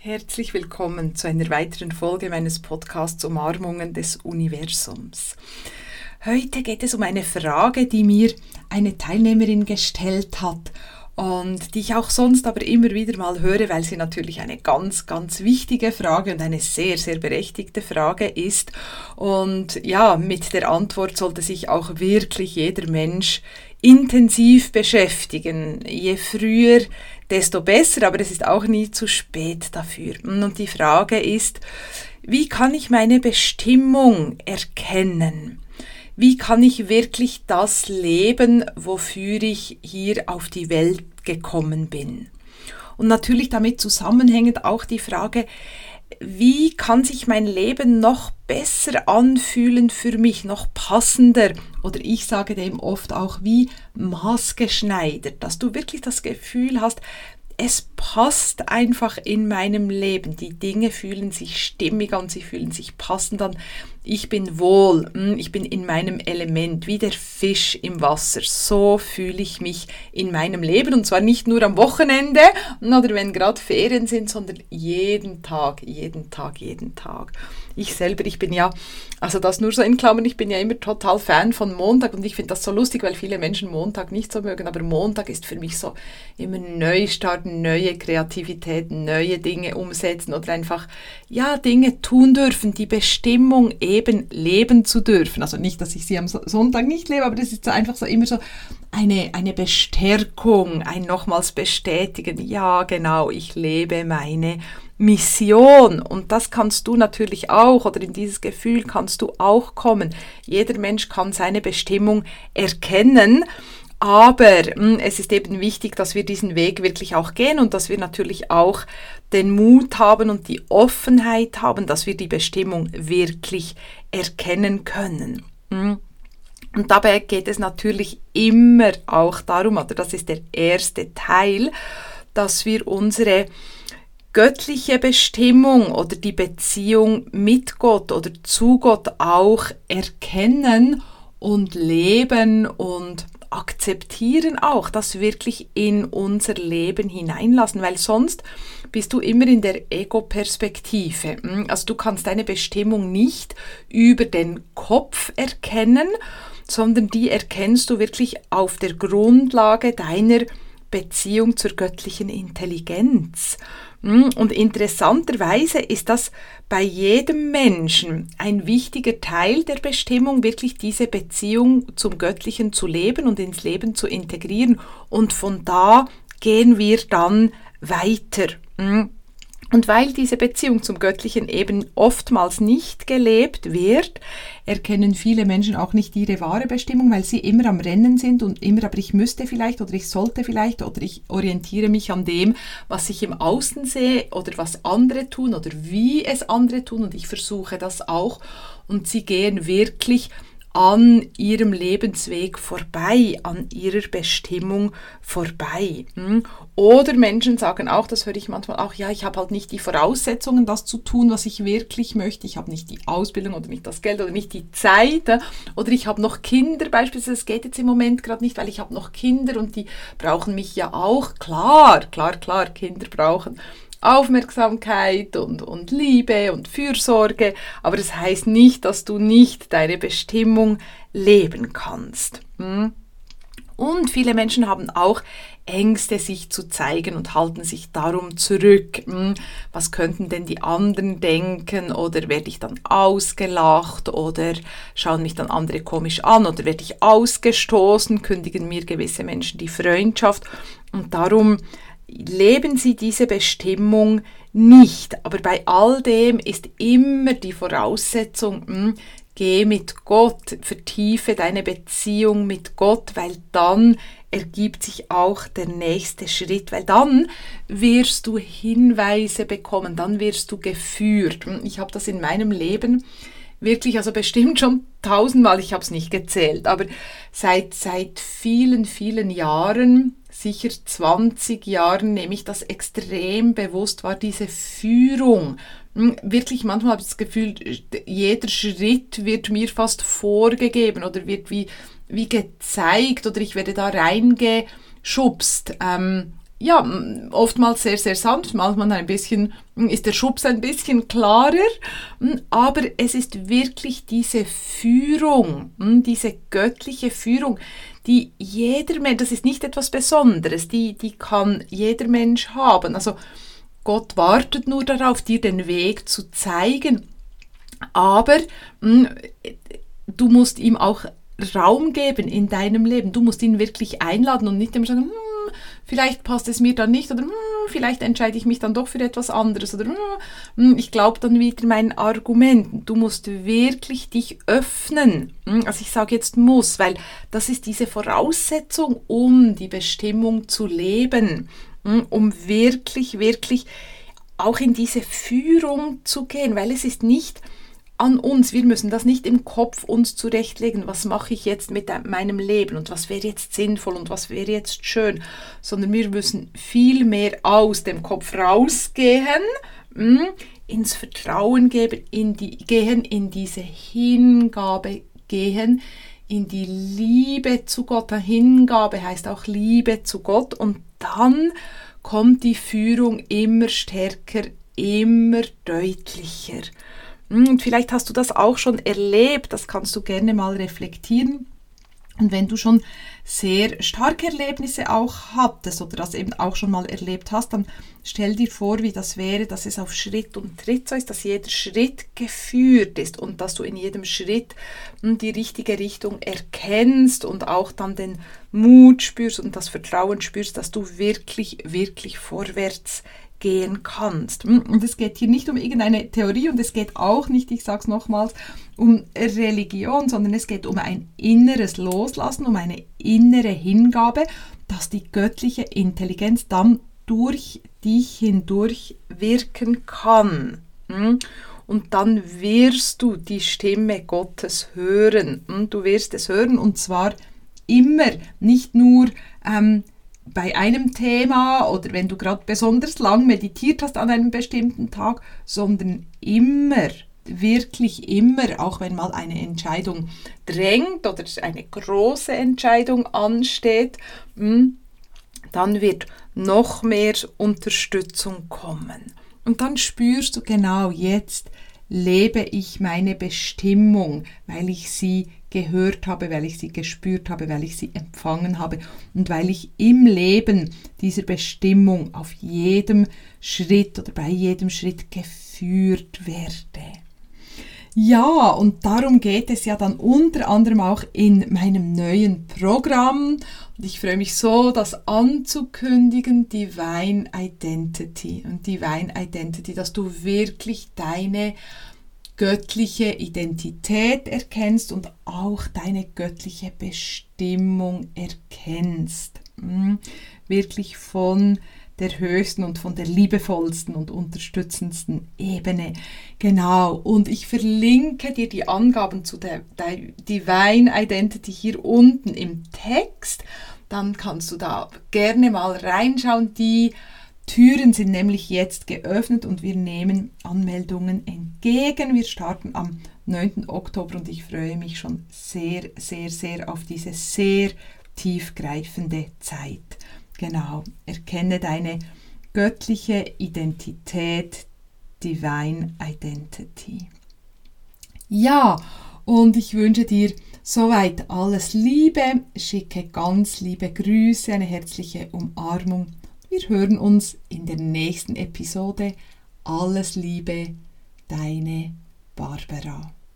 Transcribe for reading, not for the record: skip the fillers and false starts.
Herzlich willkommen zu einer weiteren Folge meines Podcasts Umarmungen des Universums. Heute geht es um eine Frage, die mir eine Teilnehmerin gestellt hat und die ich auch sonst aber immer wieder mal höre, weil sie natürlich eine ganz, ganz wichtige Frage und eine sehr, sehr berechtigte Frage ist. Und ja, mit der Antwort sollte sich auch wirklich jeder Mensch intensiv beschäftigen. Je früher, desto besser, aber es ist auch nie zu spät dafür. Und die Frage ist, wie kann ich meine Bestimmung erkennen? Wie kann ich wirklich das leben, wofür ich hier auf die Welt gekommen bin? Und natürlich damit zusammenhängend auch die Frage, wie kann sich mein Leben noch besser anfühlen für mich, noch passender? Oder ich sage dem oft auch wie maßgeschneidert, dass du wirklich das Gefühl hast, es passt einfach in meinem Leben. Die Dinge fühlen sich stimmig an, sie fühlen sich passend an. Ich bin wohl, ich bin in meinem Element, wie der Fisch im Wasser. So fühle ich mich in meinem Leben und zwar nicht nur am Wochenende oder wenn gerade Ferien sind, sondern jeden Tag. Ich selber, ich bin ja, also das nur so in Klammern, ich bin ja immer total Fan von Montag und ich finde das so lustig, weil viele Menschen Montag nicht so mögen, aber Montag ist für mich so immer Neustart, neue Kreativität, neue Dinge umsetzen oder einfach, ja, Dinge tun dürfen, die Bestimmung eben leben zu dürfen. Also nicht, dass ich sie am Sonntag nicht lebe, aber das ist so einfach so immer so eine Bestärkung, ein nochmals bestätigen, ja genau, ich lebe meine Mission und das kannst du natürlich auch oder in dieses Gefühl kannst du auch kommen. Jeder Mensch kann seine Bestimmung erkennen, aber es ist eben wichtig, dass wir diesen Weg wirklich auch gehen und dass wir natürlich auch den Mut haben und die Offenheit haben, dass wir die Bestimmung wirklich erkennen können. Und dabei geht es natürlich immer auch darum, oder das ist der erste Teil, dass wir unsere göttliche Bestimmung oder die Beziehung mit Gott oder zu Gott auch erkennen und leben und akzeptieren auch, das wirklich in unser Leben hineinlassen, weil sonst bist du immer in der Ego-Perspektive. Also du kannst deine Bestimmung nicht über den Kopf erkennen, sondern die erkennst du wirklich auf der Grundlage deiner Beziehung zur göttlichen Intelligenz. Und interessanterweise ist das bei jedem Menschen ein wichtiger Teil der Bestimmung, wirklich diese Beziehung zum Göttlichen zu leben und ins Leben zu integrieren. Und von da gehen wir dann weiter. Und weil diese Beziehung zum Göttlichen eben oftmals nicht gelebt wird, erkennen viele Menschen auch nicht ihre wahre Bestimmung, weil sie immer am Rennen sind und immer, aber ich müsste vielleicht oder ich sollte vielleicht oder ich orientiere mich an dem, was ich im Außen sehe oder was andere tun oder wie es andere tun und ich versuche das auch und sie gehen wirklich an ihrem Lebensweg vorbei, an ihrer Bestimmung vorbei. Oder Menschen sagen auch, das höre ich manchmal auch, ja, ich habe halt nicht die Voraussetzungen, das zu tun, was ich wirklich möchte. Ich habe nicht die Ausbildung oder nicht das Geld oder nicht die Zeit oder ich habe noch Kinder beispielsweise. Es geht jetzt im Moment gerade nicht, weil ich habe noch Kinder und die brauchen mich ja auch. Klar, Kinder brauchen Aufmerksamkeit und Liebe und Fürsorge, aber das heißt nicht, dass du nicht deine Bestimmung leben kannst. Und viele Menschen haben auch Ängste, sich zu zeigen und halten sich darum zurück. Was könnten denn die anderen denken? Oder werde ich dann ausgelacht? Oder schauen mich dann andere komisch an? Oder werde ich ausgestoßen? Kündigen mir gewisse Menschen die Freundschaft? Und darum leben sie diese Bestimmung nicht. Aber bei all dem ist immer die Voraussetzung, geh mit Gott, vertiefe deine Beziehung mit Gott, weil dann ergibt sich auch der nächste Schritt, weil dann wirst du Hinweise bekommen, dann wirst du geführt. Ich habe das in meinem Leben wirklich, also bestimmt schon 1000-mal, ich habe es nicht gezählt, aber seit vielen, vielen Jahren, sicher 20 Jahren, nehme ich das extrem bewusst wahr, diese Führung. Wirklich, manchmal habe ich das Gefühl, jeder Schritt wird mir fast vorgegeben oder wird wie gezeigt oder ich werde da reingeschubst. ja, oftmals sehr, sehr sanft, manchmal ist der Schubs ein bisschen klarer, aber es ist wirklich diese Führung, diese göttliche Führung, die jeder Mensch, das ist nicht etwas Besonderes, die kann jeder Mensch haben. Also Gott wartet nur darauf, dir den Weg zu zeigen, aber du musst ihm auch Raum geben in deinem Leben. Du musst ihn wirklich einladen und nicht immer sagen, vielleicht passt es mir dann nicht oder vielleicht entscheide ich mich dann doch für etwas anderes oder ich glaube dann wieder meinen Argumenten. Du musst wirklich dich öffnen. Also ich sage jetzt muss, weil das ist diese Voraussetzung, um die Bestimmung zu leben, um wirklich, wirklich auch in diese Führung zu gehen, weil es ist nicht an uns. Wir müssen das nicht im Kopf uns zurechtlegen, was mache ich jetzt mit meinem Leben und was wäre jetzt sinnvoll und was wäre jetzt schön, sondern wir müssen viel mehr aus dem Kopf rausgehen, ins Vertrauen gehen, in diese Hingabe gehen, in die Liebe zu Gott. Hingabe heißt auch Liebe zu Gott und dann kommt die Führung immer stärker, immer deutlicher. Und vielleicht hast du das auch schon erlebt, das kannst du gerne mal reflektieren. Und wenn du schon sehr starke Erlebnisse auch hattest oder das eben auch schon mal erlebt hast, dann stell dir vor, wie das wäre, dass es auf Schritt und Tritt so ist, dass jeder Schritt geführt ist und dass du in jedem Schritt die richtige Richtung erkennst und auch dann den Mut spürst und das Vertrauen spürst, dass du wirklich, wirklich vorwärts gehen kannst. Und es geht hier nicht um irgendeine Theorie und es geht auch nicht, ich sage es nochmals, um Religion, sondern es geht um ein inneres Loslassen, um eine innere Hingabe, dass die göttliche Intelligenz dann durch dich hindurch wirken kann. Und dann wirst du die Stimme Gottes hören. Du wirst es hören und zwar immer, nicht nur bei einem Thema oder wenn du gerade besonders lang meditiert hast an einem bestimmten Tag, sondern immer, wirklich immer, auch wenn mal eine Entscheidung drängt oder eine große Entscheidung ansteht, dann wird noch mehr Unterstützung kommen. Und dann spürst du genau, jetzt lebe ich meine Bestimmung, weil ich sie gehört habe, weil ich sie gespürt habe, weil ich sie empfangen habe und weil ich im Leben dieser Bestimmung auf jedem Schritt oder bei jedem Schritt geführt werde. Ja, und darum geht es ja dann unter anderem auch in meinem neuen Programm. Und ich freue mich so, das anzukündigen, Divine Identity. Und Divine Identity, dass du wirklich deine göttliche Identität erkennst und auch deine göttliche Bestimmung erkennst. Wirklich von der höchsten und von der liebevollsten und unterstützendsten Ebene. Genau, und ich verlinke dir die Angaben zu der Divine Identity hier unten im Text. Dann kannst du da gerne mal reinschauen. Die Türen sind nämlich jetzt geöffnet und wir nehmen Anmeldungen entgegen. Wir starten am 9. Oktober und ich freue mich schon sehr, sehr, sehr auf diese sehr tiefgreifende Zeit. Genau, erkenne deine göttliche Identität, Divine Identity. Ja, und ich wünsche dir soweit alles Liebe, schicke ganz liebe Grüße, eine herzliche Umarmung. Wir hören uns in der nächsten Episode. Alles Liebe, deine Barbara.